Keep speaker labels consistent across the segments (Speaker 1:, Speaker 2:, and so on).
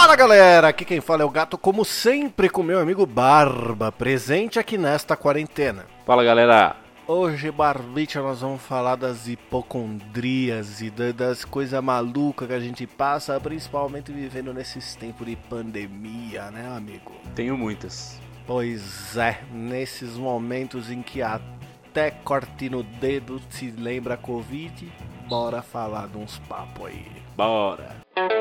Speaker 1: Fala galera, aqui quem fala é o Gato, como sempre com meu amigo Barba, presente aqui nesta quarentena.
Speaker 2: Fala galera.
Speaker 1: Hoje, Barbicha, nós vamos falar das hipocondrias e das coisas malucas que a gente passa, principalmente vivendo nesses tempos de pandemia, né, amigo?
Speaker 2: Tenho muitas.
Speaker 1: Pois é, nesses momentos em que até corte no dedo se lembra a Covid, bora falar de uns papos aí.
Speaker 2: Bora.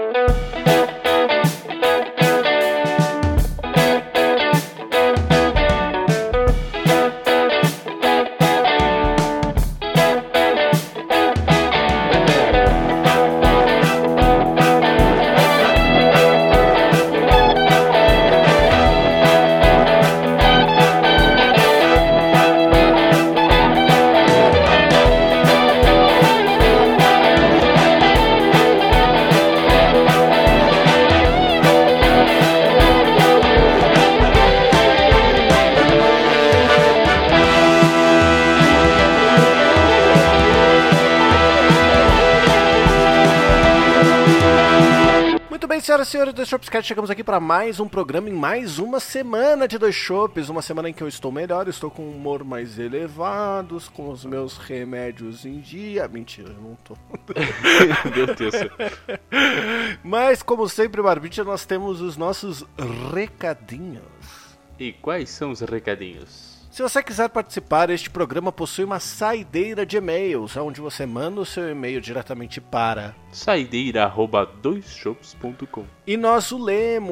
Speaker 1: Senhoras e senhores do Dois Chopps Cast, chegamos aqui para mais um programa em mais uma semana de Dois Chopps, uma semana em que eu estou melhor, estou com um humor mais elevado, com os meus remédios em dia. Mentira, eu não tô.
Speaker 2: Meu Deus.
Speaker 1: Mas como sempre, Barbicha, nós temos os nossos recadinhos.
Speaker 2: E quais são os recadinhos?
Speaker 1: Se você quiser participar, este programa possui uma saideira de e-mails, onde você manda o seu e-mail diretamente para
Speaker 2: saideira@doisshops.com.
Speaker 1: E nós o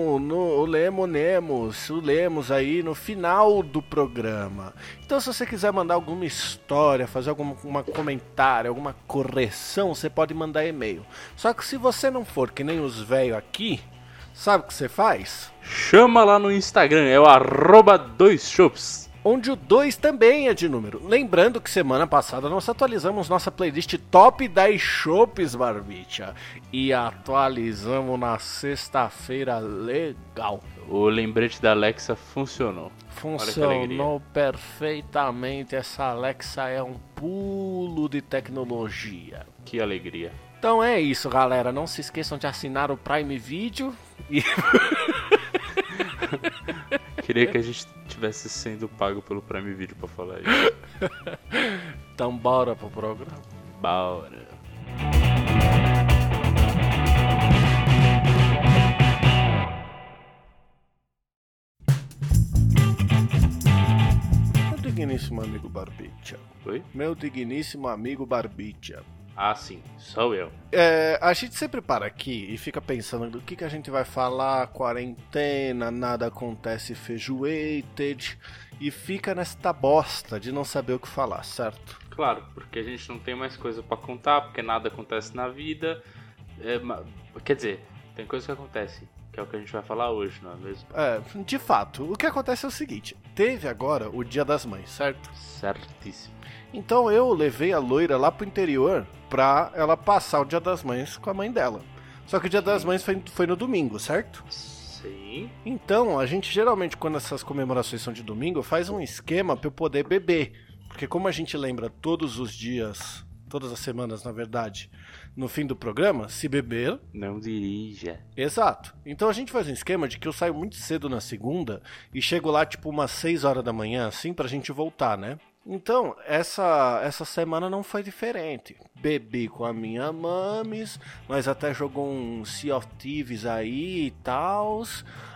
Speaker 1: lemos aí no final do programa. Então se você quiser mandar alguma história, fazer algum comentário, alguma correção, você pode mandar e-mail. Só que se você não for que nem os velhos aqui, sabe o que você faz?
Speaker 2: Chama lá no Instagram, é o @doisshops.
Speaker 1: Onde o 2 também é de número. Lembrando que semana passada nós atualizamos nossa playlist Top 10 Chopps, Barbicha. E atualizamos na sexta-feira legal.
Speaker 2: O lembrete da Alexa funcionou.
Speaker 1: Funcionou perfeitamente. Essa Alexa é um pulo de tecnologia.
Speaker 2: Que alegria.
Speaker 1: Então é isso, galera. Não se esqueçam de assinar o Prime Video. E...
Speaker 2: Queria que a gente tivesse sendo pago pelo Prime Video pra falar isso.
Speaker 1: Então bora pro programa.
Speaker 2: Bora.
Speaker 1: Meu digníssimo amigo Barbicha.
Speaker 2: Oi?
Speaker 1: Meu digníssimo amigo Barbicha.
Speaker 2: Ah, sim, sou eu.
Speaker 1: A gente sempre para aqui e fica pensando do que a gente vai falar, quarentena, nada acontece feijoated, e fica nesta bosta de não saber o que falar, certo?
Speaker 2: Claro, porque a gente não tem mais coisa pra contar, porque nada acontece na vida. Quer dizer, tem coisa que acontece, que é o que a gente vai falar hoje, não é mesmo?
Speaker 1: De fato, o que acontece é o seguinte, teve agora o Dia das Mães, certo?
Speaker 2: Certíssimo.
Speaker 1: Então eu levei a loira lá pro interior pra ela passar o Dia das Mães com a mãe dela. Só que o Dia das Mães foi no domingo, certo?
Speaker 2: Sim.
Speaker 1: Então, a gente geralmente, quando essas comemorações são de domingo, faz um esquema pra eu poder beber. Porque como a gente lembra todos os dias, todas as semanas, na verdade, no fim do programa, se beber...
Speaker 2: não dirija.
Speaker 1: Exato. Então a gente faz um esquema de que eu saio muito cedo na segunda e chego lá tipo umas 6 horas da manhã, assim, pra gente voltar, né? Então, essa semana não foi diferente. Bebi com a minha mames, nós até jogou um Sea of Thieves aí e tal.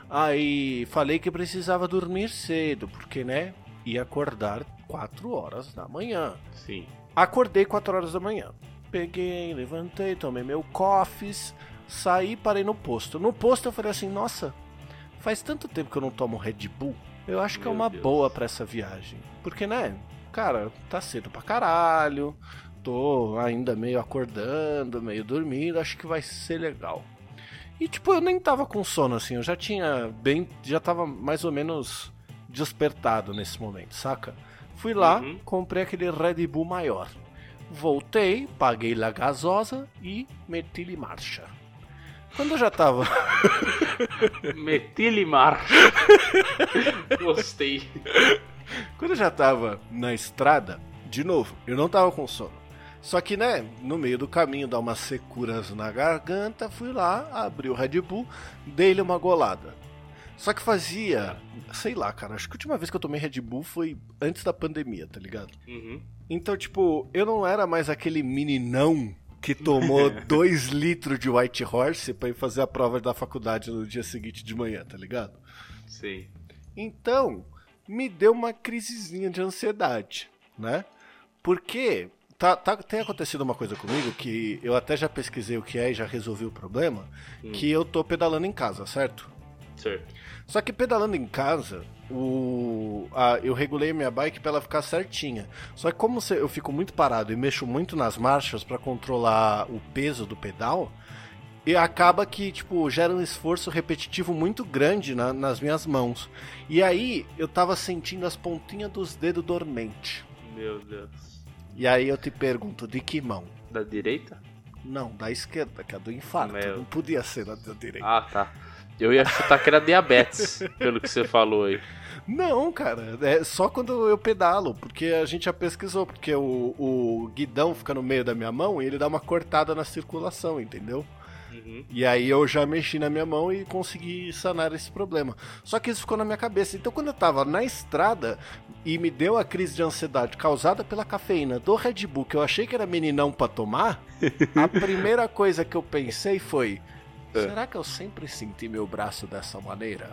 Speaker 1: Aí falei que precisava dormir cedo, porque, né, ia acordar 4 horas da manhã.
Speaker 2: Sim.
Speaker 1: Acordei 4 horas da manhã. Peguei, levantei, tomei meu coffees, saí e parei no posto. No posto eu falei assim, nossa, faz tanto tempo que eu não tomo Red Bull, eu acho que é uma boa pra essa viagem. Porque, né, cara, tá cedo pra caralho, tô ainda meio acordando, meio dormindo, acho que vai ser legal. E tipo, eu nem tava com sono assim, eu já tava mais ou menos despertado nesse momento, saca? Fui lá, comprei aquele Red Bull maior. Voltei, paguei a gasosa e meti-lhe marcha. Quando eu já tava...
Speaker 2: meti-lhe marcha. Gostei.
Speaker 1: Quando eu já tava na estrada, de novo, eu não tava com sono. Só que, né, no meio do caminho, dá umas securas na garganta, fui lá, abri o Red Bull, dei-lhe uma golada. Só que fazia, sei lá, cara, acho que a última vez que eu tomei Red Bull foi antes da pandemia, tá ligado?
Speaker 2: Uhum.
Speaker 1: Então, tipo, eu não era mais aquele meninão que tomou 2 litros de White Horse pra ir fazer a prova da faculdade no dia seguinte de manhã, tá ligado?
Speaker 2: Sim.
Speaker 1: Então, me deu uma crisezinha de ansiedade, né? Porque tem acontecido uma coisa comigo que eu até já pesquisei o que é e já resolvi o problema, que eu tô pedalando em casa, certo?
Speaker 2: Certo.
Speaker 1: Só que pedalando em casa, eu regulei a minha bike pra ela ficar certinha. Só que como eu fico muito parado e mexo muito nas marchas pra controlar o peso do pedal, e acaba que, tipo, gera um esforço repetitivo muito grande nas minhas mãos. E aí, eu tava sentindo as pontinhas dos dedos dormentes.
Speaker 2: Meu Deus.
Speaker 1: E aí eu te pergunto, de que mão?
Speaker 2: Da direita?
Speaker 1: Não, da esquerda, que é a do infarto. Não podia ser da direita.
Speaker 2: Ah, tá. Eu ia chutar que era diabetes, pelo que você falou aí.
Speaker 1: Não, cara, é só quando eu pedalo, porque a gente já pesquisou, porque o guidão fica no meio da minha mão e ele dá uma cortada na circulação, entendeu?
Speaker 2: Uhum.
Speaker 1: E aí eu já mexi na minha mão e consegui sanar esse problema. Só que isso ficou na minha cabeça. Então quando eu tava na estrada e me deu a crise de ansiedade causada pela cafeína do Red Bull, que eu achei que era meninão pra tomar, a primeira coisa que eu pensei foi: será que eu sempre senti meu braço dessa maneira?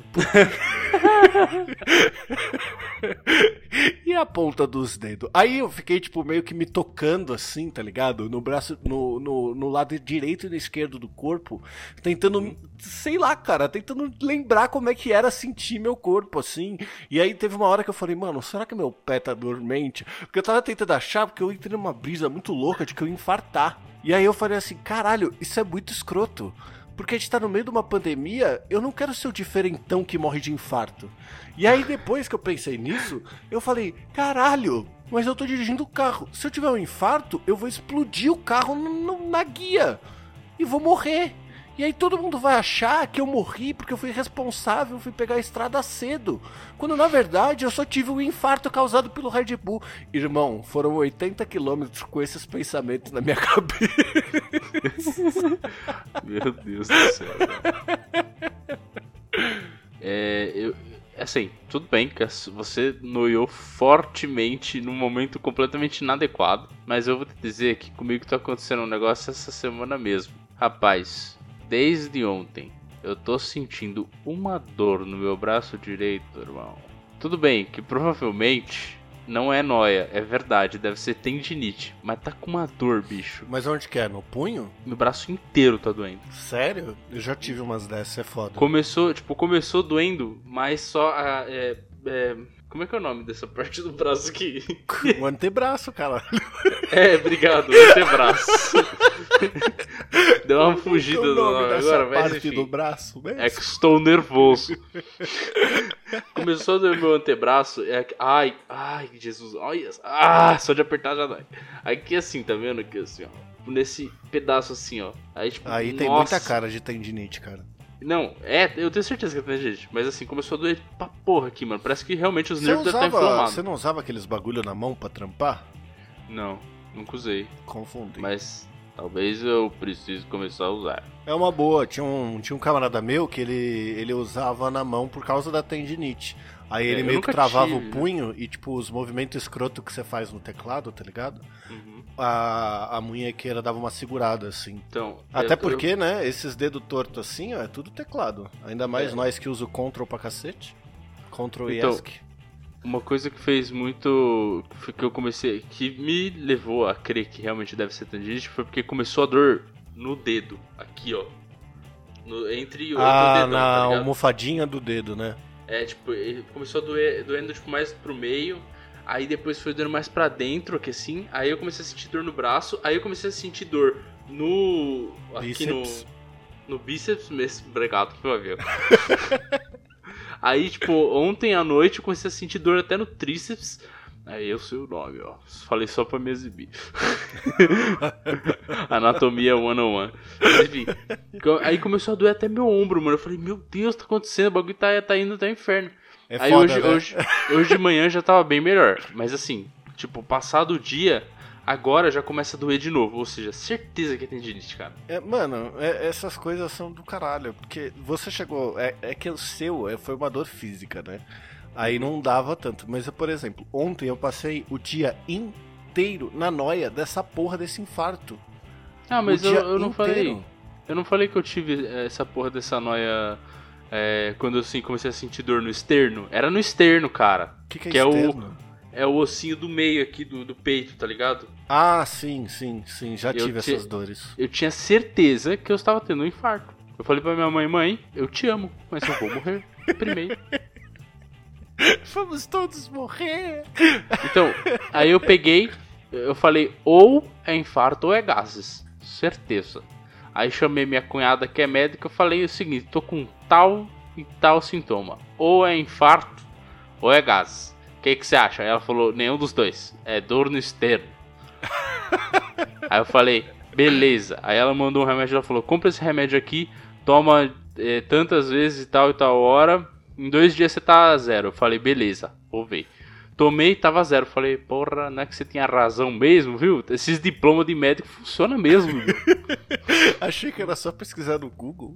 Speaker 1: E a ponta dos dedos? Aí eu fiquei, tipo, meio que me tocando assim, tá ligado? No braço, no lado direito e no esquerdo do corpo, tentando, sei lá, cara, tentando lembrar como é que era sentir meu corpo, assim. E aí teve uma hora que eu falei, mano, será que meu pé tá dormente? Porque eu tava tentando achar, porque eu entrei numa brisa muito louca de que eu ia infartar. E aí eu falei assim, caralho, isso é muito escroto. Porque a gente tá no meio de uma pandemia, eu não quero ser o diferentão que morre de infarto. E aí depois que eu pensei nisso, eu falei, caralho, mas eu tô dirigindo o carro. Se eu tiver um infarto, eu vou explodir o carro na guia. E vou morrer. E aí todo mundo vai achar que eu morri porque eu fui responsável, fui pegar a estrada cedo. Quando na verdade eu só tive um infarto causado pelo Red Bull. Irmão, foram 80 quilômetros com esses pensamentos na minha cabeça.
Speaker 2: Meu Deus do céu. Assim, tudo bem que você noiou fortemente num momento completamente inadequado. Mas eu vou te dizer que comigo tá acontecendo um negócio essa semana mesmo. Rapaz, desde ontem eu tô sentindo uma dor no meu braço direito, irmão. Tudo bem que provavelmente não é noia, é verdade, deve ser tendinite. Mas tá com uma dor, bicho.
Speaker 1: Mas onde que é? No punho?
Speaker 2: Meu braço inteiro tá doendo.
Speaker 1: Sério? Eu já tive umas dessas, é foda.
Speaker 2: Começou doendo, mas só como é que é o nome dessa parte do braço aqui?
Speaker 1: O antebraço, caralho.
Speaker 2: Obrigado, o antebraço. Deu uma fugida do nome agora, mas
Speaker 1: parte
Speaker 2: enfim.
Speaker 1: do braço mesmo?
Speaker 2: É que estou nervoso. Começou a doer meu antebraço. Ai, Jesus. Olha, só de apertar já dói. Aqui assim, tá vendo? Aqui assim, ó. Nesse pedaço assim, ó. Aí, tipo,
Speaker 1: aí tem muita cara de tendinite, cara.
Speaker 2: Não, eu tenho certeza que é tendinite. Mas assim, começou a doer pra porra aqui, mano. Parece que realmente os nervos devem estar inflamados.
Speaker 1: Você não usava aqueles bagulho na mão pra trampar?
Speaker 2: Não, nunca usei.
Speaker 1: Confundi.
Speaker 2: Mas talvez eu precise começar a usar.
Speaker 1: É uma boa, tinha um camarada meu que ele usava na mão por causa da tendinite. Aí ele meio que travava o punho e, tipo, os movimentos escroto que você faz no teclado, tá ligado?
Speaker 2: Uhum.
Speaker 1: A munhequeira dava uma segurada, assim.
Speaker 2: Então,
Speaker 1: até porque, né, esses dedos tortos assim, ó, é tudo teclado. Ainda mais nós que usa o Ctrl pra cacete. Ctrl e ESC.
Speaker 2: Uma coisa que fez muito, que eu comecei, que me levou a crer que realmente deve ser tendinite, foi porque começou a dor no dedo, aqui ó, entre o outro dedão,
Speaker 1: na almofadinha do dedo, né?
Speaker 2: Tipo, ele começou a doendo tipo, mais pro meio, aí depois foi doendo mais pra dentro, aqui assim, aí eu comecei a sentir dor no braço, aí eu comecei a sentir dor aqui no bíceps, mesmo, obrigado, por favor. Aí, tipo, ontem à noite eu comecei a sentir dor até no tríceps. Aí eu sei o nome, ó. Falei só pra me exibir. Anatomia 101. Mas enfim. Aí começou a doer até meu ombro, mano. Eu falei, meu Deus, tá acontecendo? O bagulho tá indo até inferno. Aí
Speaker 1: foda,
Speaker 2: hoje de manhã já tava bem melhor. Mas assim, tipo, passado o dia, Agora já começa a doer de novo, ou seja, certeza que é tendinite, cara.
Speaker 1: Mano, essas coisas são do caralho, porque você chegou... É que o seu foi uma dor física, né? Aí não dava tanto, mas, por exemplo, ontem eu passei o dia inteiro na noia dessa porra desse infarto.
Speaker 2: Ah, mas eu não falei... Eu não falei que eu tive essa porra dessa noia quando eu assim, comecei a sentir dor no externo. Era no externo, cara.
Speaker 1: Que é externo?
Speaker 2: É o ossinho do meio aqui do peito, tá ligado?
Speaker 1: Ah, sim, já tive essas dores.
Speaker 2: Eu tinha certeza que eu estava tendo um infarto. Eu falei pra minha mãe, eu te amo, mas eu vou morrer primeiro.
Speaker 1: Vamos todos morrer.
Speaker 2: Então, aí eu peguei, eu falei, ou é infarto ou é gases. Certeza. Aí chamei minha cunhada que é médica, eu falei o seguinte, tô com tal e tal sintoma. Ou é infarto ou é gases. O que você acha? Aí ela falou, nenhum dos dois. É dor no externo. Aí eu falei, beleza. Aí ela mandou um remédio, ela falou, compra esse remédio aqui, toma tantas vezes e tal hora. Em 2 dias você tá 0. Eu falei, beleza, vou ver. Tomei, tava 0. Falei, porra, não é que você tinha razão mesmo, viu? Esses diplomas de médico funcionam mesmo, viu?
Speaker 1: Achei que era só pesquisar no Google.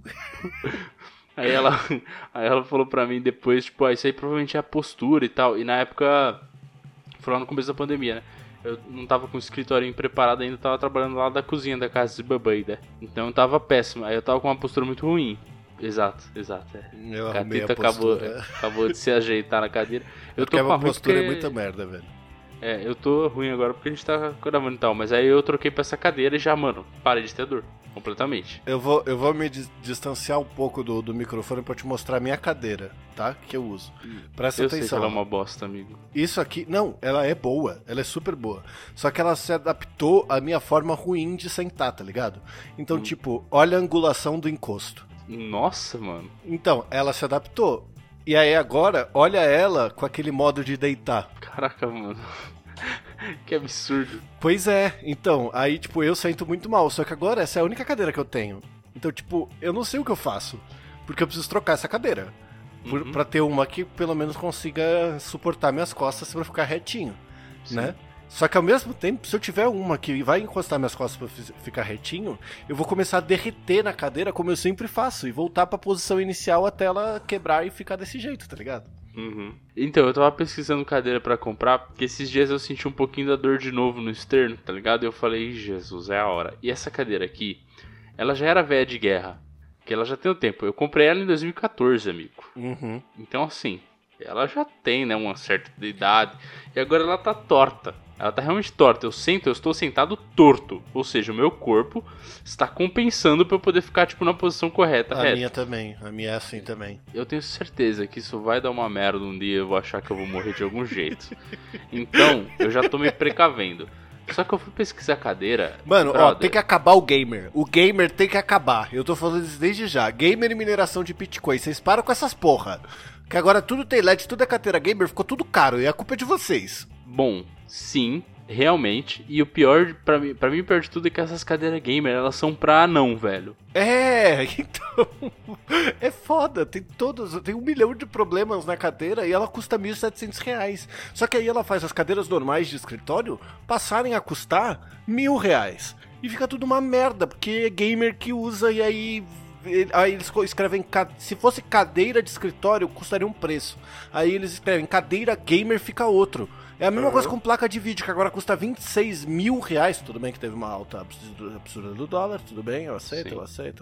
Speaker 2: Aí ela falou pra mim depois, tipo, isso aí provavelmente é a postura e tal. E na época, foi lá no começo da pandemia, né? Eu não tava com o escritório preparado ainda, tava trabalhando lá da cozinha da casa de babãe, né? Então tava péssimo. Aí eu tava com uma postura muito ruim. Exato.
Speaker 1: Eu arrumei a postura.
Speaker 2: Acabou de se ajeitar na cadeira.
Speaker 1: Eu tô com a postura é muita merda, velho.
Speaker 2: Eu tô ruim agora porque a gente tá gravando e tal. Mas aí eu troquei pra essa cadeira e já, mano, parei de ter dor. Completamente.
Speaker 1: Eu vou me distanciar um pouco do microfone pra te mostrar a minha cadeira, tá? Que eu uso. Presta atenção.
Speaker 2: Eu sei que ela é uma bosta, amigo.
Speaker 1: Isso aqui... Não, ela é boa. Ela é super boa. Só que ela se adaptou à minha forma ruim de sentar, tá ligado? Então, tipo, olha a angulação do encosto.
Speaker 2: Nossa, mano.
Speaker 1: Então, ela se adaptou. E aí agora, olha ela com aquele modo de deitar.
Speaker 2: Caraca, mano. Que absurdo.
Speaker 1: Pois é, então, aí tipo, eu sento muito mal, só que agora essa é a única cadeira que eu tenho. Então, tipo, eu não sei o que eu faço, porque eu preciso trocar essa cadeira. Pra ter uma que pelo menos consiga suportar minhas costas pra ficar retinho, né? Só que ao mesmo tempo, se eu tiver uma que vai encostar minhas costas pra ficar retinho, eu vou começar a derreter na cadeira como eu sempre faço e voltar pra posição inicial até ela quebrar e ficar desse jeito, tá ligado?
Speaker 2: Então, eu tava pesquisando cadeira pra comprar, porque esses dias eu senti um pouquinho da dor de novo no externo, tá ligado? E eu falei, Jesus, é a hora. E essa cadeira aqui, ela já era velha de guerra, que ela já tem o tempo. Eu comprei ela em 2014, amigo. Então, assim, ela já tem, né, uma certa idade, e agora ela tá torta. Ela tá realmente torta. Eu estou sentado torto. Ou seja, o meu corpo está compensando pra eu poder ficar, tipo, na posição correta.
Speaker 1: A minha também. A minha é assim também.
Speaker 2: Eu tenho certeza que isso vai dar uma merda um dia. Eu vou achar que eu vou morrer de algum jeito. Então, eu já tô me precavendo. Só que eu fui pesquisar a cadeira.
Speaker 1: Mano, brother, ó, tem que acabar o gamer. O gamer tem que acabar. Eu tô falando isso desde já. Gamer e mineração de Bitcoin. Vocês param com essas porra. Que agora tudo tem LED, tudo é carteira gamer. Ficou tudo caro. E a culpa é de vocês.
Speaker 2: Bom, sim, realmente. E o pior, pra mim o pior de tudo é que essas cadeiras gamer, elas são pra anão, velho.
Speaker 1: Então, é foda, tem 1 milhão de problemas na cadeira e ela custa R$1.700. Só que aí ela faz as cadeiras normais de escritório passarem a custar R$1.000. E fica tudo uma merda, porque é gamer que usa e aí eles escrevem, se fosse cadeira de escritório, custaria um preço. Aí eles escrevem, cadeira gamer fica outro. É a mesma coisa com placa de vídeo, que agora custa R$26.000. Tudo bem que teve uma alta absurda do dólar, tudo bem, eu aceito.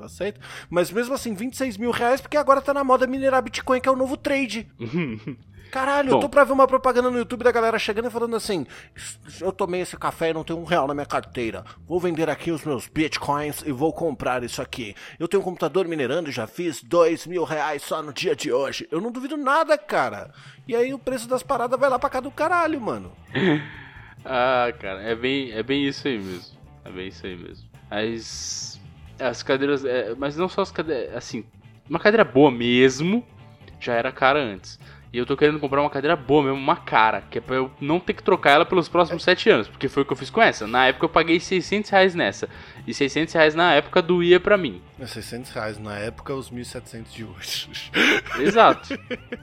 Speaker 1: Mas mesmo assim, R$26.000, porque agora tá na moda minerar Bitcoin, que é o novo trade. Caralho, eu tô pra ver uma propaganda no YouTube da galera chegando e falando assim, eu tomei esse café e não tenho R$1 na minha carteira, vou vender aqui os meus bitcoins e vou comprar isso aqui. Eu tenho um computador minerando e já fiz R$2.000 só no dia de hoje. Eu não duvido nada, cara. E aí o preço das paradas vai lá pra cá do caralho, mano.
Speaker 2: Ah, cara, é bem isso aí mesmo. É bem isso aí mesmo. As cadeiras, mas não só as cadeiras, assim, uma cadeira boa mesmo já era cara antes. E eu tô querendo comprar uma cadeira boa mesmo, uma cara, que é pra eu não ter que trocar ela pelos próximos 7 anos, porque foi o que eu fiz com essa. Na época eu paguei R$600 nessa, e R$600 na época doía pra mim.
Speaker 1: R$600 na época, os 1.700 de hoje.
Speaker 2: Exato.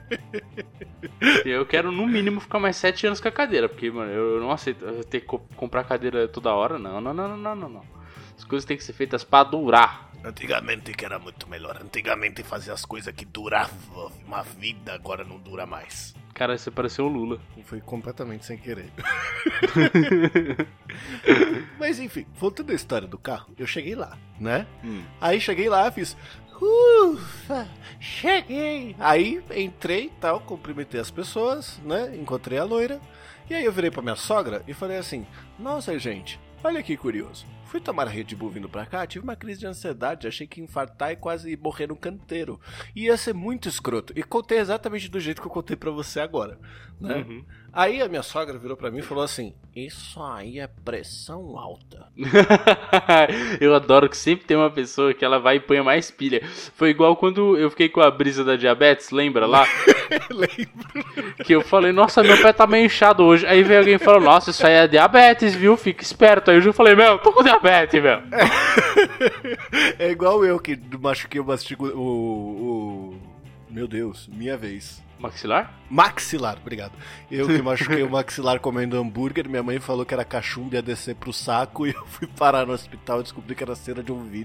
Speaker 2: E eu quero no mínimo ficar mais 7 anos com a cadeira, porque, mano, eu não aceito ter que comprar cadeira toda hora, não. As coisas têm que ser feitas pra durar.
Speaker 1: Antigamente que era muito melhor. Antigamente fazia as coisas que duravam uma vida, agora não dura mais.
Speaker 2: Cara, você pareceu o Lula.
Speaker 1: Foi completamente sem querer. Mas enfim, voltando à história do carro, eu cheguei lá, né? Aí cheguei lá, fiz... Ufa, cheguei! Aí entrei e tal, cumprimentei as pessoas, né? Encontrei a loira. E aí eu virei pra minha sogra e falei assim... Nossa, gente, olha que curioso. Fui tomar a Red Bull vindo pra cá, tive uma crise de ansiedade, achei que ia infartar e quase morrer no canteiro. Ia ser muito escroto. E contei exatamente do jeito que eu contei pra você agora, né? Aí a minha sogra virou pra mim e falou assim, isso aí é pressão alta.
Speaker 2: Eu adoro que sempre tem uma pessoa que ela vai e põe mais pilha. Foi igual quando eu fiquei com a brisa da diabetes, lembra lá?
Speaker 1: Lembro.
Speaker 2: Que eu falei, nossa, meu pé tá meio inchado hoje. Aí veio alguém e falou, nossa, isso aí é diabetes, viu? Fica esperto. Aí eu já falei, meu, tô com diabetes, meu.
Speaker 1: É igual eu que machuquei Meu Deus, minha vez.
Speaker 2: Maxilar?
Speaker 1: Maxilar, obrigado. Eu que machuquei o maxilar comendo hambúrguer, minha mãe falou que era cachumba, ia descer pro saco, e eu fui parar no hospital e descobri que era cera de ouvido.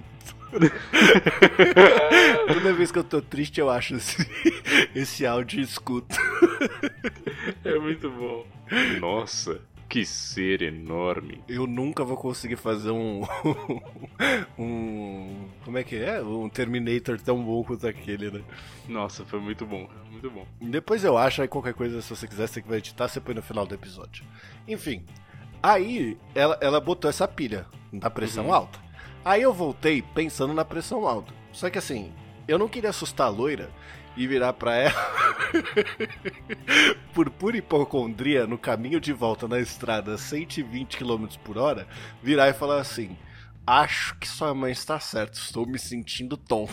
Speaker 1: Toda vez que eu tô triste eu acho esse áudio e escuto.
Speaker 2: É muito bom. Nossa, que ser enorme.
Speaker 1: Eu nunca vou conseguir fazer como é que é? Um Terminator tão bom quanto aquele, né?
Speaker 2: Nossa, foi muito bom, muito bom.
Speaker 1: Depois eu acho, aí qualquer coisa, se você quiser, você que vai editar, você põe no final do episódio. Enfim, aí ela botou essa pilha na pressão alta. Aí eu voltei pensando na pressão alta. Só que assim, eu não queria assustar a loira e virar pra ela por pura hipocondria no caminho de volta na estrada 120 km por hora, virar e falar assim, acho que sua mãe está certa, estou me sentindo tonto.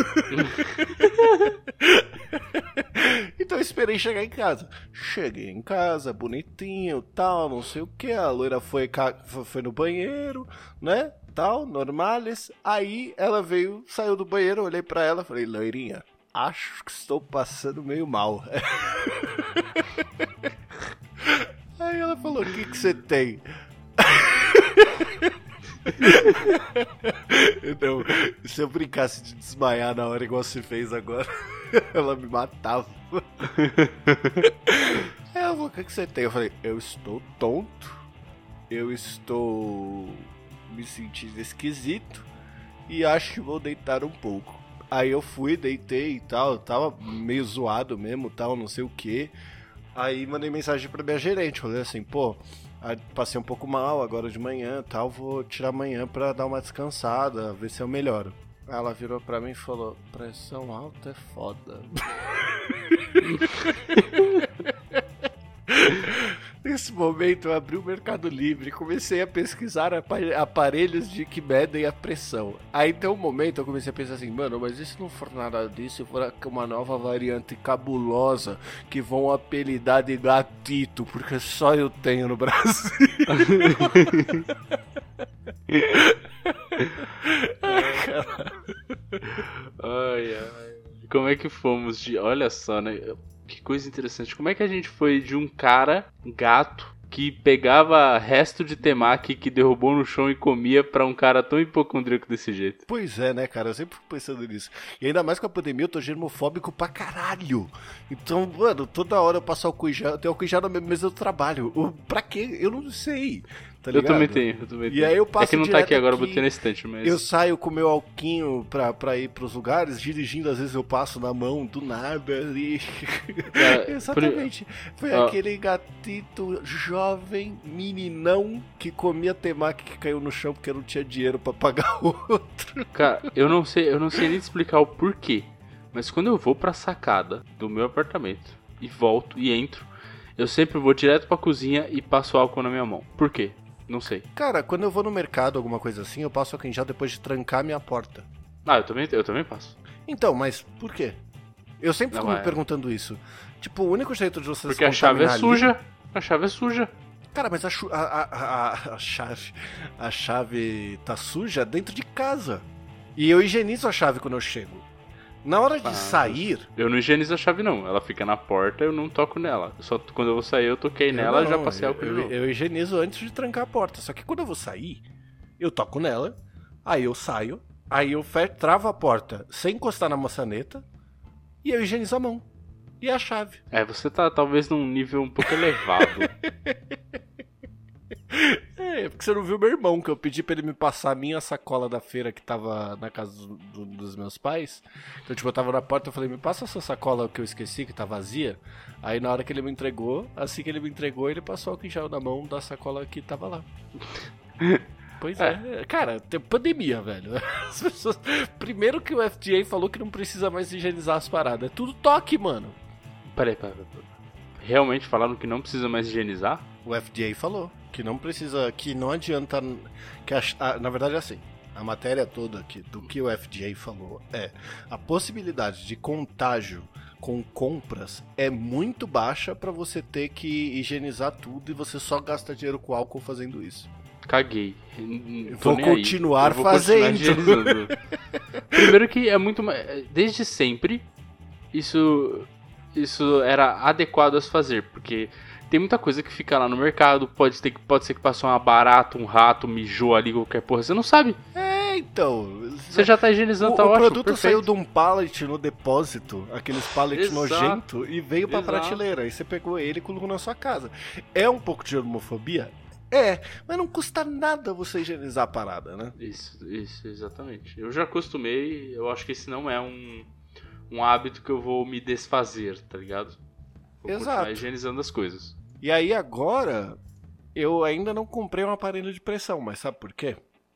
Speaker 1: Então eu esperei chegar em casa. Cheguei em casa, bonitinho, tal, não sei o que. A loira foi no banheiro, né, tal, normales. Aí ela saiu do banheiro, eu olhei pra ela, falei, loirinha, acho que estou passando meio mal. Aí ela falou, o que você tem? Então, se eu brincasse de desmaiar na hora igual você fez agora, ela me matava. Aí ela falou, o que você tem? Eu falei, eu estou tonto, eu estou me sentindo esquisito e acho que vou deitar um pouco. Aí eu fui, deitei e tal, tava meio zoado mesmo, tal, não sei o que. Aí mandei mensagem pra minha gerente, falei assim, pô, passei um pouco mal agora de manhã, tal, vou tirar amanhã pra dar uma descansada, ver se eu melhoro. Ela virou pra mim e falou, pressão alta é foda. Nesse momento eu abri o Mercado Livre e comecei a pesquisar aparelhos que medem a pressão. Aí tem um momento eu comecei a pensar assim, mano, mas e se não for nada disso, se for uma nova variante cabulosa que vão apelidar de gatito, porque só eu tenho no Brasil.
Speaker 2: Ai, ai. Como é que fomos de... Olha só, né? Que coisa interessante. Como é que a gente foi de um cara, gato, que pegava resto de temaki que derrubou no chão e comia pra um cara tão hipocondríaco desse jeito?
Speaker 1: Pois é, né, cara? Eu sempre fico pensando nisso. E ainda mais com a pandemia, eu tô germofóbico pra caralho. Então, mano, toda hora eu passo álcool em gel, eu tenho álcool em gel na minha mesa do trabalho. Pra quê? Eu não sei. Tá
Speaker 2: eu também tenho.
Speaker 1: E aí eu passo
Speaker 2: é que não tá aqui agora, eu botei na estante, mas...
Speaker 1: Eu saio com meu alquinho pra ir pros lugares, dirigindo, às vezes eu passo na mão do nada e... Exatamente. Foi aquele gatito jovem, meninão, que comia temaki que caiu no chão porque não tinha dinheiro pra pagar outro.
Speaker 2: Cara, eu não sei nem te explicar o porquê, mas quando eu vou pra sacada do meu apartamento e volto e entro, eu sempre vou direto pra cozinha e passo álcool na minha mão. Por quê? Não sei.
Speaker 1: Cara, quando eu vou no mercado, alguma coisa assim, eu passo álcool em gel depois de trancar minha porta.
Speaker 2: Ah, eu também passo.
Speaker 1: Então, mas por quê? Eu sempre fico
Speaker 2: Não,
Speaker 1: me perguntando isso. Tipo, o único jeito de você
Speaker 2: Porque
Speaker 1: se
Speaker 2: a chave é
Speaker 1: contaminar
Speaker 2: suja. A chave é suja.
Speaker 1: Cara, mas a chave tá suja dentro de casa. E eu higienizo a chave quando eu chego. Na hora de sair...
Speaker 2: Eu não higienizo a chave, não. Ela fica na porta, eu não toco nela. Só quando eu vou sair, eu toquei nela e já passei álcool de novo.
Speaker 1: Eu higienizo antes de trancar a porta. Só que quando eu vou sair, eu toco nela, aí eu saio, aí eu travo a porta sem encostar na maçaneta e eu higienizo a mão. E a chave.
Speaker 2: Você tá talvez num nível um pouco elevado.
Speaker 1: Porque você não viu meu irmão, que eu pedi pra ele me passar a minha sacola da feira que tava na casa dos meus pais. Então, tipo, eu tava na porta, eu falei, me passa essa sacola que eu esqueci, que tá vazia. Aí, na hora que ele me entregou, assim que ele me entregou, ele passou álcool em gel na mão da sacola que tava lá. Pois é. Cara, tem pandemia, velho. As pessoas... Primeiro que o FDA falou que não precisa mais higienizar as paradas. É tudo toque, mano.
Speaker 2: Peraí. Realmente falaram que não precisa mais higienizar?
Speaker 1: O FDA falou que não precisa, que não adianta, que na verdade é assim, a matéria toda aqui, do que o FDA falou a possibilidade de contágio com compras é muito baixa pra você ter que higienizar tudo e você só gasta dinheiro com álcool fazendo isso.
Speaker 2: Caguei.
Speaker 1: Vou continuar fazendo.
Speaker 2: Primeiro que é muito mais... Desde sempre, isso era adequado a se fazer, porque tem muita coisa que fica lá no mercado, pode ser que passou uma barata, um rato, mijou ali, qualquer porra, você não sabe.
Speaker 1: Então...
Speaker 2: Você já tá higienizando, tá
Speaker 1: ótimo.
Speaker 2: ótimo,
Speaker 1: O produto
Speaker 2: perfeito.
Speaker 1: saiu de um pallet no depósito, aqueles pallets
Speaker 2: Exato.
Speaker 1: nojento, e veio pra prateleira, aí você pegou ele e colocou na sua casa. É um pouco de homofobia? Mas não custa nada você higienizar a parada, né?
Speaker 2: Isso, exatamente. Eu já acostumei, eu acho que esse não é um hábito que eu vou me desfazer, tá ligado? Vou continuar higienizando as coisas.
Speaker 1: E aí agora, eu ainda não comprei um aparelho de pressão, mas sabe por quê?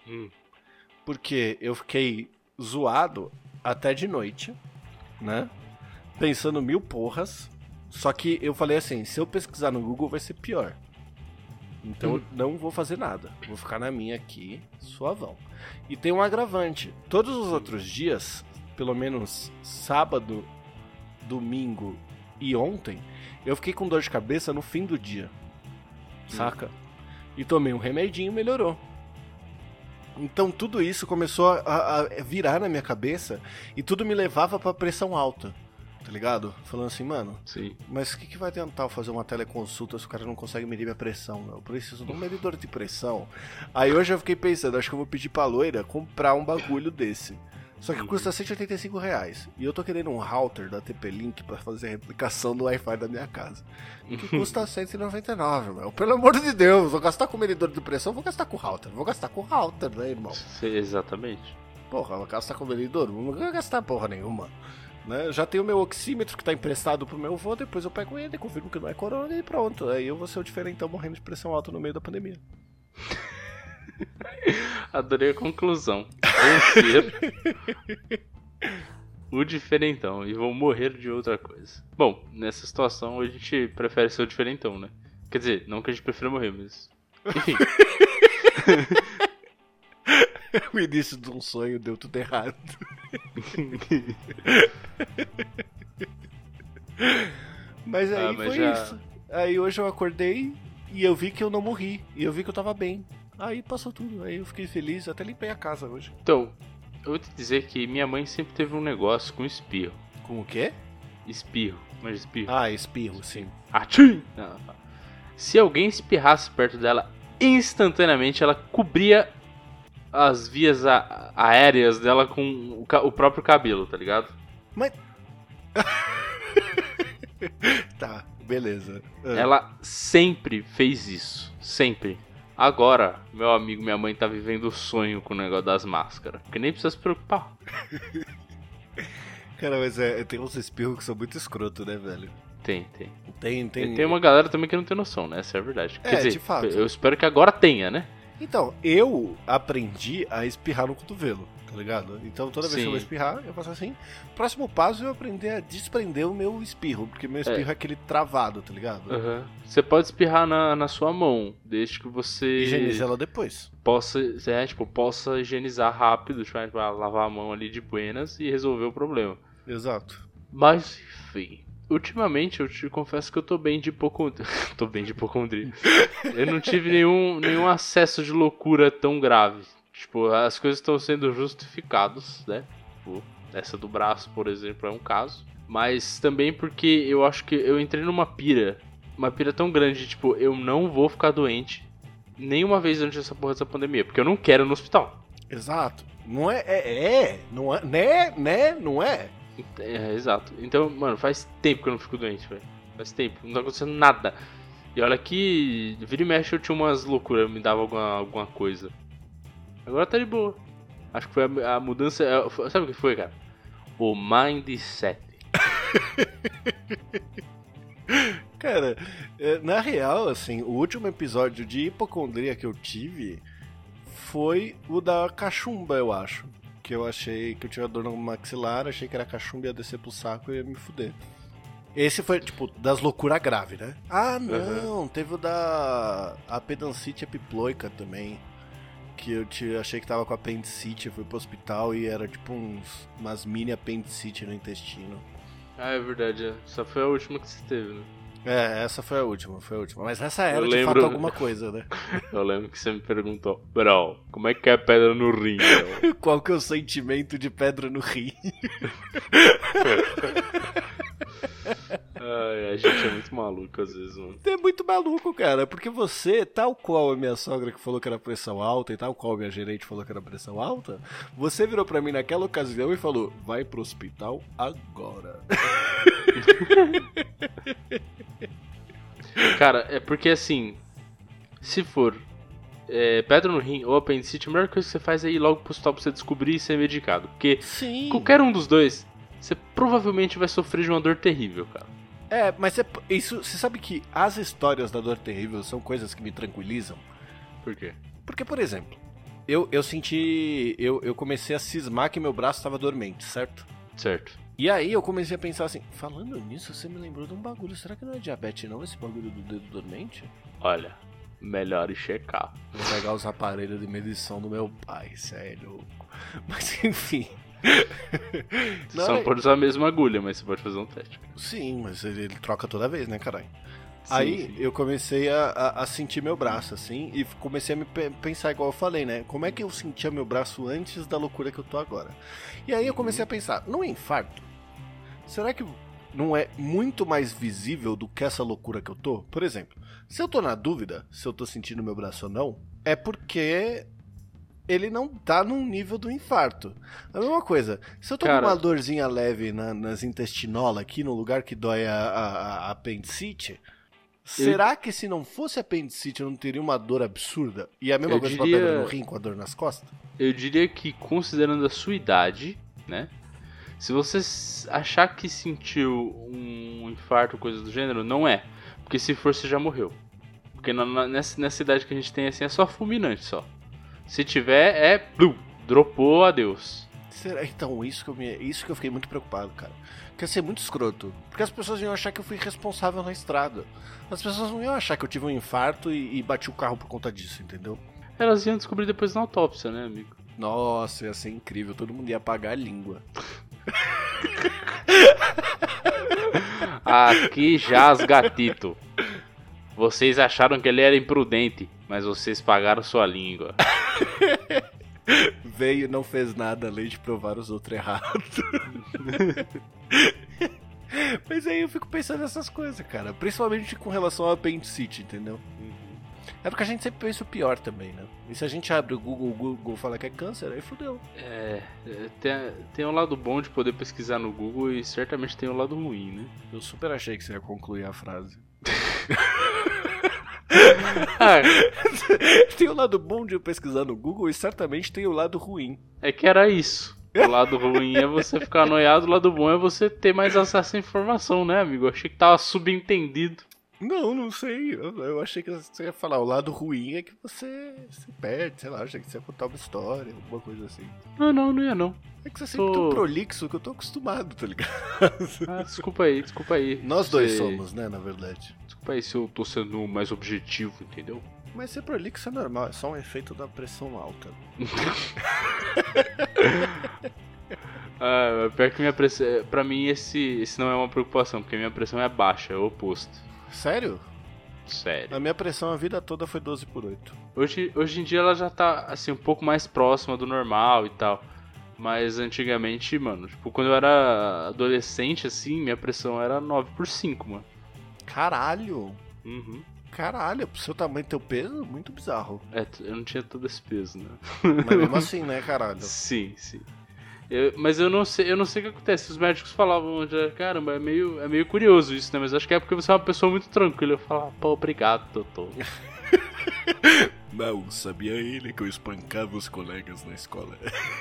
Speaker 1: Porque eu fiquei zoado até de noite, né? Pensando 1000 porras. Só que eu falei assim, se eu pesquisar no Google vai ser pior. Então eu não vou fazer nada. Vou ficar na minha aqui, suavão. E tem um agravante. Todos os outros dias, pelo menos sábado, domingo e ontem, eu fiquei com dor de cabeça no fim do dia. Saca? E tomei um remedinho e melhorou. Então tudo isso começou a virar na minha cabeça e tudo me levava pra pressão alta. Tá ligado? Falando assim, mano,
Speaker 2: sim.
Speaker 1: Mas o que vai tentar fazer uma teleconsulta se o cara não consegue medir minha pressão? Eu preciso de um medidor de pressão. Aí hoje eu fiquei pensando, acho que eu vou pedir pra loira comprar um bagulho desse. Só que custa R$185. E eu tô querendo um router da TP-Link pra fazer a replicação do Wi-Fi da minha casa. Que custa R$199, meu. Pelo amor de Deus, vou gastar com medidor de pressão, vou gastar com router. Vou gastar com router, né, irmão?
Speaker 2: Exatamente.
Speaker 1: Porra, vou gastar com medidor? Não vou gastar porra nenhuma. Né? Já tenho o meu oxímetro que tá emprestado pro meu avô, depois eu pego ele, confirmo que não é corona e pronto. Aí eu vou ser o diferentão morrendo de pressão alta no meio da pandemia.
Speaker 2: Adorei a conclusão. Vou ser o diferentão e vou morrer de outra coisa. Bom, nessa situação a gente prefere ser o diferentão, né? Quer dizer, não que a gente prefira morrer, mas... Enfim.
Speaker 1: O início de um sonho deu tudo errado. Mas aí foi isso. Aí hoje eu acordei e eu vi que eu não morri. E eu vi que eu tava bem. Aí passou tudo. Aí eu fiquei feliz. Até limpei a casa hoje.
Speaker 2: Então, eu vou te dizer que minha mãe sempre teve um negócio com espirro.
Speaker 1: Com o quê?
Speaker 2: Espirro. Mas espirro.
Speaker 1: Ah, espirro, sim.
Speaker 2: Atchim! Se alguém espirrasse perto dela, instantaneamente ela cobria as vias aéreas dela com o próprio cabelo, tá ligado?
Speaker 1: Mas... Tá, beleza.
Speaker 2: Ela sempre fez isso. Sempre. Agora, meu amigo, minha mãe tá vivendo o sonho com o negócio das máscaras. Porque nem precisa se preocupar.
Speaker 1: Cara, mas tem uns espirros que são muito escroto, né, velho?
Speaker 2: Tem.
Speaker 1: Tem
Speaker 2: uma galera também que não tem noção, né? Essa é a verdade. Quer dizer,
Speaker 1: de fato.
Speaker 2: Eu espero que agora tenha, né?
Speaker 1: Então, eu aprendi a espirrar no cotovelo, tá ligado? Então toda vez que eu vou espirrar, eu faço assim. Próximo passo é eu aprender a desprender o meu espirro, porque meu espirro é aquele travado, tá ligado?
Speaker 2: Uhum. Você pode espirrar na sua mão, desde que você...
Speaker 1: Higienize ela depois.
Speaker 2: Possa higienizar rápido, lavar a mão ali de buenas e resolver o problema.
Speaker 1: Exato.
Speaker 2: Mas, enfim. Ultimamente, eu te confesso que eu tô bem de hipocondria. Tô bem de hipocondria. Eu não tive nenhum acesso de loucura tão grave. Tipo, as coisas estão sendo justificadas, né? Tipo, essa do braço, por exemplo, é um caso. Mas também porque eu acho que eu entrei numa pira. Uma pira tão grande, tipo, eu não vou ficar doente nenhuma vez durante essa porra dessa pandemia. Porque eu não quero ir no hospital.
Speaker 1: Exato. Não não é, não é.
Speaker 2: É, exato. Então, mano, faz tempo que eu não fico doente, velho. Faz tempo, não tá acontecendo nada. E olha que vira e mexe eu tinha umas loucuras, me dava alguma coisa. Agora tá de boa. Acho que foi a mudança. Sabe o que foi, cara? O mindset.
Speaker 1: Cara, na real, assim, o último episódio de hipocondria que eu tive foi o da cachumba, eu acho. Que eu achei que eu tinha dor no maxilar, achei que era cachumba, ia descer pro saco e ia me fuder. Esse foi, tipo, das loucuras graves, né? Ah, não, teve o da apendicite epiploica também. Que eu achei que tava com apendicite, eu fui pro hospital e era tipo umas mini apendicite no intestino.
Speaker 2: Ah, é verdade, essa foi a última que você teve, né?
Speaker 1: Essa foi a última. Mas essa era de fato alguma coisa, né?
Speaker 2: Eu lembro que você me perguntou, bro, como é que é pedra no rim, bro?
Speaker 1: Qual que é o sentimento de pedra no rim?
Speaker 2: Ai, a gente é muito maluco às vezes, mano.
Speaker 1: É muito maluco, cara, porque você, tal qual a minha sogra que falou que era pressão alta e tal qual a minha gerente falou que era pressão alta, você virou pra mim naquela ocasião e falou, vai pro hospital agora.
Speaker 2: Cara, é porque assim, se for pedra no rim ou apendicite, a melhor coisa que você faz é ir logo pro hospital pra você descobrir e ser medicado. Porque qualquer um dos dois, você provavelmente vai sofrer de uma dor terrível, cara.
Speaker 1: Mas isso, você sabe que as histórias da dor terrível são coisas que me tranquilizam?
Speaker 2: Por quê?
Speaker 1: Porque, por exemplo, eu senti. Eu comecei a cismar que meu braço estava dormente, certo?
Speaker 2: Certo.
Speaker 1: E aí eu comecei a pensar assim, falando nisso, você me lembrou de um bagulho. Será que não é diabetes não, esse bagulho do dedo dormente?
Speaker 2: Olha, melhor ir checar.
Speaker 1: Vou pegar os aparelhos de medição do meu pai, sério. Mas enfim.
Speaker 2: Você só não pode usar a mesma agulha, mas você pode fazer um teste.
Speaker 1: Sim, mas ele troca toda vez, né, caralho?
Speaker 2: Sim,
Speaker 1: aí
Speaker 2: sim.
Speaker 1: eu comecei a sentir meu braço, assim, e comecei a me pensar igual eu falei, né? Como é que eu sentia meu braço antes da loucura que eu tô agora? E aí eu comecei a pensar, num infarto, será que não é muito mais visível do que essa loucura que eu tô? Por exemplo, se eu tô na dúvida se eu tô sentindo meu braço ou não, é porque ele não tá num nível do infarto. A mesma coisa, se eu tô com uma dorzinha leve nas intestinolas aqui, no lugar que dói a apendicite, será que se não fosse apendicite eu não teria uma dor absurda? E a mesma coisa pra pedra no rim com a dor nas costas?
Speaker 2: Eu diria que, considerando a sua idade, né? Se você achar que sentiu um infarto ou coisa do gênero, não é. Porque se for, você já morreu. Porque nessa idade que a gente tem, assim, é só fulminante, só. Se tiver, dropou, adeus.
Speaker 1: Será? Então, isso que eu fiquei muito preocupado, cara. Porque ia ser muito escroto. Porque as pessoas iam achar que eu fui responsável na estrada. As pessoas não iam achar que eu tive um infarto e bati o carro por conta disso, entendeu?
Speaker 2: Elas iam descobrir depois na autópsia, né, amigo?
Speaker 1: Nossa, ia ser incrível. Todo mundo ia apagar a língua.
Speaker 2: Aqui jaz gatito. Vocês acharam que ele era imprudente, mas vocês pagaram sua língua.
Speaker 1: Veio, não fez nada além de provar os outros errados. Mas aí eu fico pensando nessas coisas, cara. Principalmente com relação ao apendicite, entendeu? É porque a gente sempre pensa o pior também, né? E se a gente abre o Google fala que é câncer, aí fodeu.
Speaker 2: Tem um lado bom de poder pesquisar no Google e certamente tem um lado ruim, né?
Speaker 1: Eu super achei que você ia concluir a frase. Tem o lado bom de eu pesquisar no Google e certamente tem o lado ruim.
Speaker 2: É que era isso. O lado ruim é você ficar noiado, o lado bom é você ter mais acesso à informação, né, amigo? Eu achei que tava subentendido.
Speaker 1: Não sei. Eu achei que você ia falar. O lado ruim é que você se perde, sei lá. Achei que você ia contar uma história, alguma coisa assim.
Speaker 2: Não ia não.
Speaker 1: É que você é sempre tão prolixo que eu tô acostumado, tá ligado?
Speaker 2: Desculpa aí.
Speaker 1: Nós dois somos, né, na verdade.
Speaker 2: Desculpa aí se eu tô sendo mais objetivo, entendeu?
Speaker 1: Mas ser prolixo é normal, é só um efeito da pressão alta.
Speaker 2: Ah, pior que minha pressão. Pra mim, esse não é uma preocupação, porque minha pressão é baixa, é o oposto.
Speaker 1: Sério?
Speaker 2: Sério.
Speaker 1: A minha pressão a vida toda foi 12/8.
Speaker 2: Hoje em dia ela já tá, assim, um pouco mais próxima do normal e tal. Mas antigamente, mano, tipo, quando eu era adolescente, assim, minha pressão era 9/5, mano.
Speaker 1: Caralho!
Speaker 2: Uhum.
Speaker 1: Caralho, pro seu tamanho e teu peso, muito bizarro.
Speaker 2: É, eu não tinha todo esse peso, né?
Speaker 1: Mas mesmo assim, né, caralho?
Speaker 2: Sim. Mas eu não sei o que acontece. Os médicos falavam, caramba, é meio curioso isso, né? Mas acho que é porque você é uma pessoa muito tranquila. Eu falava, pô, obrigado, doutor.
Speaker 1: Não, sabia ele que eu espancava os colegas na escola.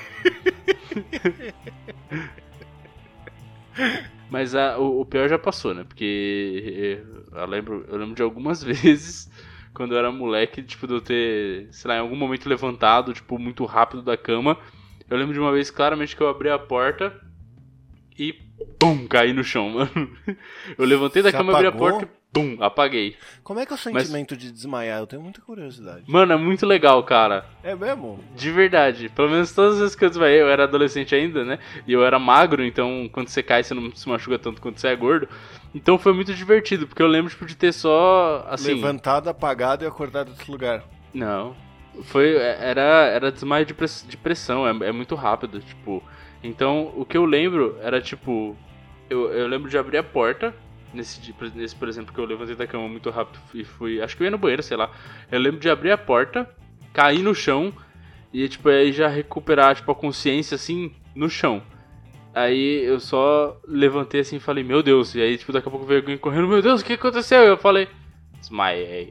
Speaker 2: Mas o pior já passou, né? Porque eu lembro de algumas vezes, quando eu era moleque, tipo, de eu ter, sei lá, em algum momento levantado, tipo, muito rápido da cama. Eu lembro de uma vez claramente que eu abri a porta e pum, caí no chão, mano. Eu levantei da cama, abri a porta e pum, apaguei.
Speaker 1: Como é que é o sentimento de desmaiar? Eu tenho muita curiosidade.
Speaker 2: Mano, é muito legal, cara.
Speaker 1: É mesmo?
Speaker 2: De verdade. Pelo menos todas as vezes que eu desmaiei, eu era adolescente ainda, né? E eu era magro, então quando você cai, você não se machuca tanto quanto você é gordo. Então foi muito divertido, porque eu lembro, tipo, de ter só, assim...
Speaker 1: Levantado, apagado e acordado em outro lugar.
Speaker 2: Não. Era desmaio de pressão, é muito rápido, tipo... Então, o que eu lembro era, tipo... Eu lembro de abrir a porta... Nesse, por exemplo, que eu levantei da cama muito rápido e fui... Acho que eu ia no banheiro, sei lá. Eu lembro de abrir a porta, cair no chão e, tipo, aí já recuperar, tipo, a consciência, assim, no chão. Aí eu só levantei assim e falei, meu Deus. E aí, tipo, daqui a pouco veio alguém correndo, meu Deus, o que aconteceu? E eu falei, desmaiei.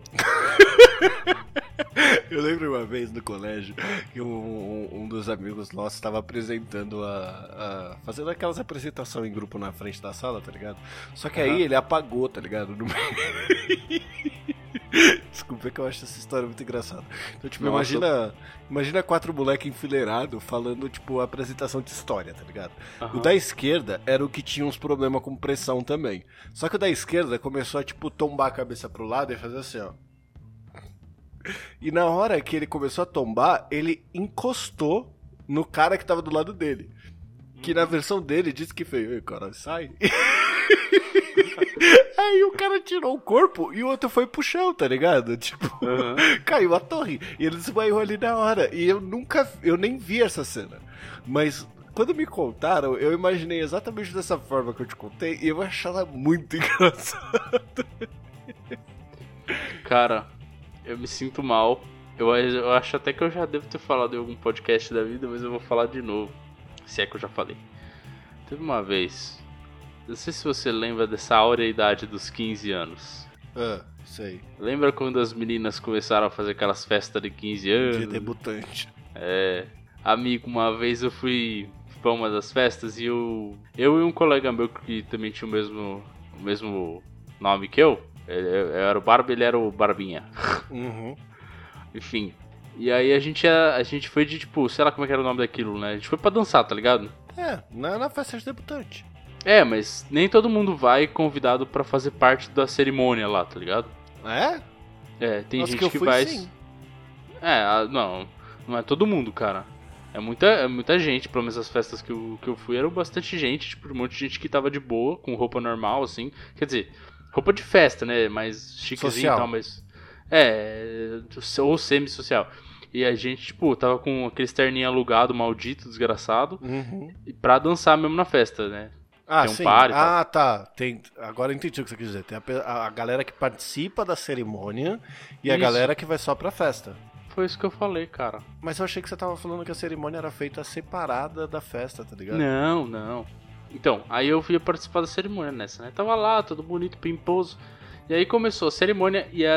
Speaker 1: Eu lembro uma vez no colégio que um dos amigos nossos estava apresentando fazendo aquelas apresentações em grupo na frente da sala, tá ligado? Só que aí ele apagou, tá ligado? No meio. Desculpa, é que eu acho essa história muito engraçada. Então, tipo, imagina 4 moleques enfileirados falando, tipo, a apresentação de história, tá ligado? O da esquerda era o que tinha uns problemas com pressão também. Só que o da esquerda começou a, tipo, tombar a cabeça pro lado e fazer assim, ó. E na hora que ele começou a tombar, ele encostou no cara que tava do lado dele. Que na versão dele disse que fez, ei, cara, sai. Aí o cara tirou o corpo e o outro foi pro chão, tá ligado? Tipo, caiu a torre. E ele desmaiou ali na hora. E eu nem vi essa cena. Mas quando me contaram, eu imaginei exatamente dessa forma que eu te contei. E eu achava muito engraçado.
Speaker 2: Cara, eu me sinto mal. Eu acho até que eu já devo ter falado em algum podcast da vida, mas eu vou falar de novo. Se é que eu já falei. Teve uma vez... Não sei se você lembra dessa áurea idade dos 15 anos.
Speaker 1: Sei.
Speaker 2: Lembra quando as meninas começaram a fazer aquelas festas de 15 anos?
Speaker 1: De debutante.
Speaker 2: Amigo, uma vez eu fui pra uma das festas e eu e um colega meu que também tinha o mesmo nome que eu era o Barba, ele era o Barbinha. Enfim. E aí a gente foi de, tipo, sei lá como é que era o nome daquilo, né? A gente foi pra dançar, tá ligado?
Speaker 1: Na festa de debutante.
Speaker 2: Mas nem todo mundo vai convidado pra fazer parte da cerimônia lá, tá ligado? Tem
Speaker 1: Nossa,
Speaker 2: gente que
Speaker 1: fui,
Speaker 2: vai...
Speaker 1: sim.
Speaker 2: Não é todo mundo, cara. É muita gente, pelo menos as festas que eu fui eram bastante gente, tipo, um monte de gente que tava de boa, com roupa normal, assim. Quer dizer, roupa de festa, né? Mais chiquezinho e tal, mas... ou semi-social. E a gente, tipo, tava com aquele terninho alugado, maldito, desgraçado, pra dançar mesmo na festa, né? Tem um
Speaker 1: sim.
Speaker 2: par e tal.
Speaker 1: Tá. Agora eu entendi o que você quis dizer. Tem a galera que participa da cerimônia e a galera que vai só pra festa.
Speaker 2: Foi isso que eu falei, cara.
Speaker 1: Mas eu achei que você tava falando que a cerimônia era feita separada da festa, tá ligado?
Speaker 2: Não. Então, aí eu ia participar da cerimônia nessa, né? Tava lá, todo bonito, pimposo. E aí começou a cerimônia e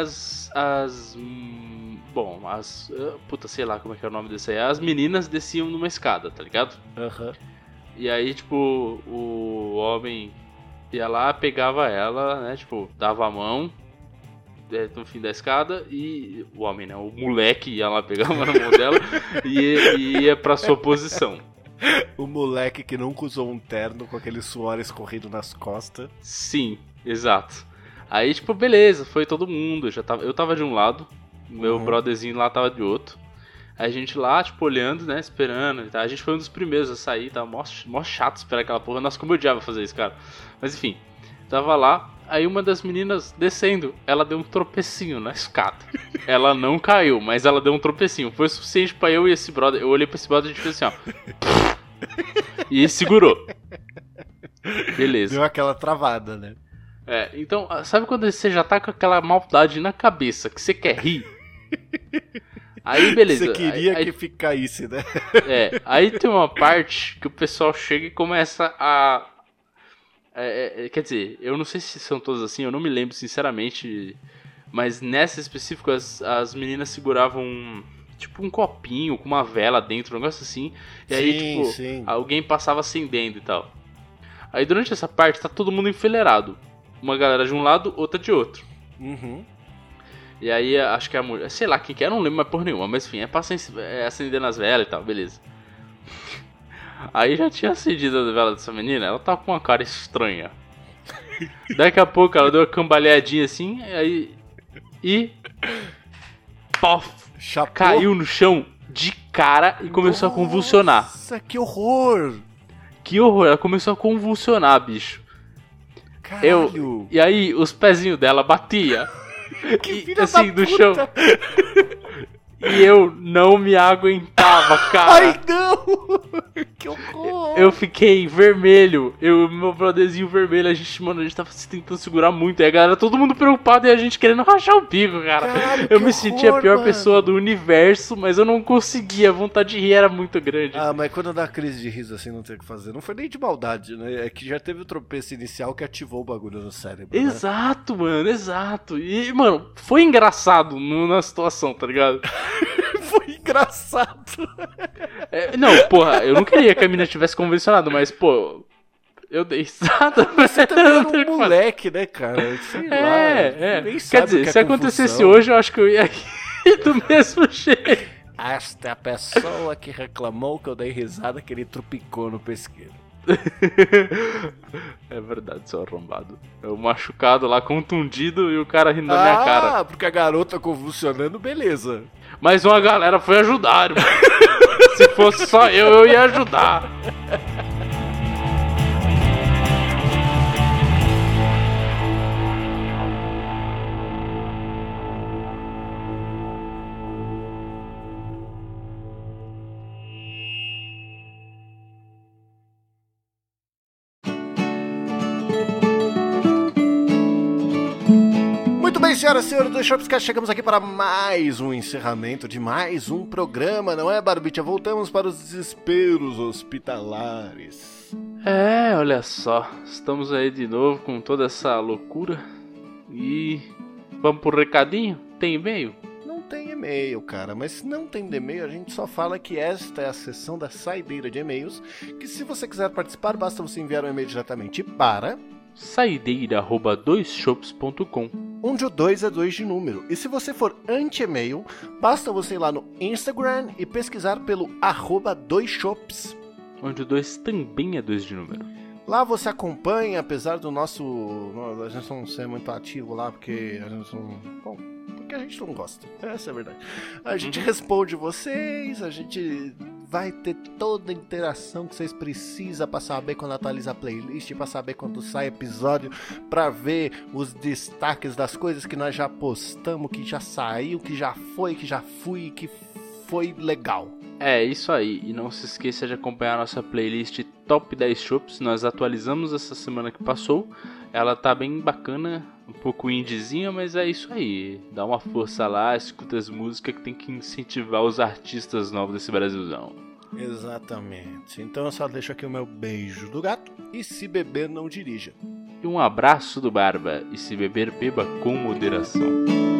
Speaker 2: puta, sei lá como é que é o nome desse aí. As meninas desciam numa escada, tá ligado? E aí, tipo, o homem ia lá, pegava ela, né? Tipo, dava a mão no fim da escada e o homem, né? O moleque ia lá, pegava na mão dela e ia pra sua posição.
Speaker 1: O moleque que nunca usou um terno com aquele suor escorrido nas costas.
Speaker 2: Sim, exato. Aí, tipo, beleza, foi todo mundo. Eu tava de um lado, meu brotherzinho lá tava de outro. A gente lá, tipo, olhando, né, esperando, tá? A gente foi um dos primeiros a sair, tava mó chato esperar aquela porra. Nossa, como eu odiava fazer isso, cara. Mas enfim, tava lá, aí uma das meninas descendo, ela deu um tropecinho na escada. Ela não caiu, mas ela deu um tropecinho. Foi o suficiente pra eu e esse brother. Eu olhei pra esse brother e a gente fez assim, ó. E segurou. Beleza.
Speaker 1: Deu aquela travada, né?
Speaker 2: Então, sabe quando você já tá com aquela maldade na cabeça, que você quer rir? Aí, beleza.
Speaker 1: Você queria que caísse, né?
Speaker 2: Aí tem uma parte que o pessoal chega e começa a... quer dizer, eu não sei se são todas assim, eu não me lembro sinceramente, mas nessa específica as meninas seguravam tipo um copinho com uma vela dentro, um negócio assim, e aí tipo, alguém passava acendendo e tal. Aí durante essa parte tá todo mundo enfileirado, uma galera de um lado, outra de outro.
Speaker 1: Uhum.
Speaker 2: E aí, acho que a mulher, sei lá quem que é, eu não lembro mais por nenhuma, mas enfim, pra acendendo as velas e tal, beleza. Aí já tinha acendido a vela dessa menina, ela tava com uma cara estranha. Daqui a pouco ela deu uma cambaleadinha assim, aí. E. Pof!
Speaker 1: Chapou.
Speaker 2: Caiu no chão de cara e começou a convulsionar.
Speaker 1: Nossa, que horror!
Speaker 2: Que horror, ela começou a convulsionar, bicho.
Speaker 1: Caralho!
Speaker 2: E aí, os pezinhos dela batiam.
Speaker 1: Que filha
Speaker 2: assim,
Speaker 1: da
Speaker 2: do
Speaker 1: puta.
Speaker 2: chão. E eu não me aguentava, cara.
Speaker 1: Ai, não! Que horror!
Speaker 2: Eu fiquei vermelho. Meu brotherzinho vermelho, a gente tava tentando segurar muito. E a galera, todo mundo preocupado e a gente querendo rachar o bico, cara. Eu me sentia a pior pessoa do universo, mas eu não conseguia. A vontade de rir era muito grande.
Speaker 1: Ah, mas quando dá crise de riso assim, não tem o que fazer. Não foi nem de maldade, né? É que já teve o tropeço inicial que ativou o bagulho no cérebro.
Speaker 2: Exato, né? Mano, exato. E, mano, foi engraçado na situação, tá ligado?
Speaker 1: Foi engraçado.
Speaker 2: Não, porra, eu não queria que a mina tivesse convencionado, mas, pô, eu dei risada.
Speaker 1: Você também era um moleque, né, cara? Sei lá. Nem sabe.
Speaker 2: Quer dizer, se acontecesse hoje, eu acho que eu ia rir do mesmo jeito.
Speaker 1: Esta é a pessoa que reclamou que eu dei risada que ele trupicou no pesqueiro.
Speaker 2: É verdade, seu arrombado. Eu machucado lá, contundido, e o cara rindo da minha cara.
Speaker 1: Ah, porque a garota convulsionando, beleza.
Speaker 2: Mas uma galera foi ajudar, irmão. Se fosse só eu ia ajudar.
Speaker 1: Muito bem, senhoras e senhores do Shopscast, chegamos aqui para mais um encerramento de mais um programa, não é, Barbicha? Voltamos para os desesperos hospitalares.
Speaker 2: Olha só, estamos aí de novo com toda essa loucura e vamos pro recadinho? Tem e-mail?
Speaker 1: Não tem e-mail, cara, mas se não tem e-mail, a gente só fala que esta é a seção da saideira de e-mails, que se você quiser participar, basta você enviar um e-mail diretamente para...
Speaker 2: saideira@doisshops.com,
Speaker 1: onde o 2 é 2 de número. E se você for anti-e-mail, basta você ir lá no Instagram e pesquisar pelo @doisshops,
Speaker 2: onde o 2 também é 2 de número.
Speaker 1: Lá você acompanha, apesar do nosso... a gente não ser muito ativo lá, porque a gente não... Bom, porque a gente não gosta. Essa é a verdade. A gente responde vocês, a gente vai ter toda a interação que vocês precisam pra saber quando atualiza a playlist, pra saber quando sai episódio, pra ver os destaques das coisas que nós já postamos, que já saiu, que já foi, que já fui, que foi legal.
Speaker 2: É isso aí, e não se esqueça de acompanhar a nossa playlist Top 10 Shops. Nós atualizamos essa semana que passou. Ela tá bem bacana, um pouco indiezinha, mas é isso aí. Dá uma força lá, escuta as músicas que tem que incentivar os artistas novos desse Brasilzão.
Speaker 1: Exatamente. Então eu só deixo aqui o meu beijo do gato. E se beber, não dirija.
Speaker 2: E um abraço do Barba. E se beber, beba com moderação.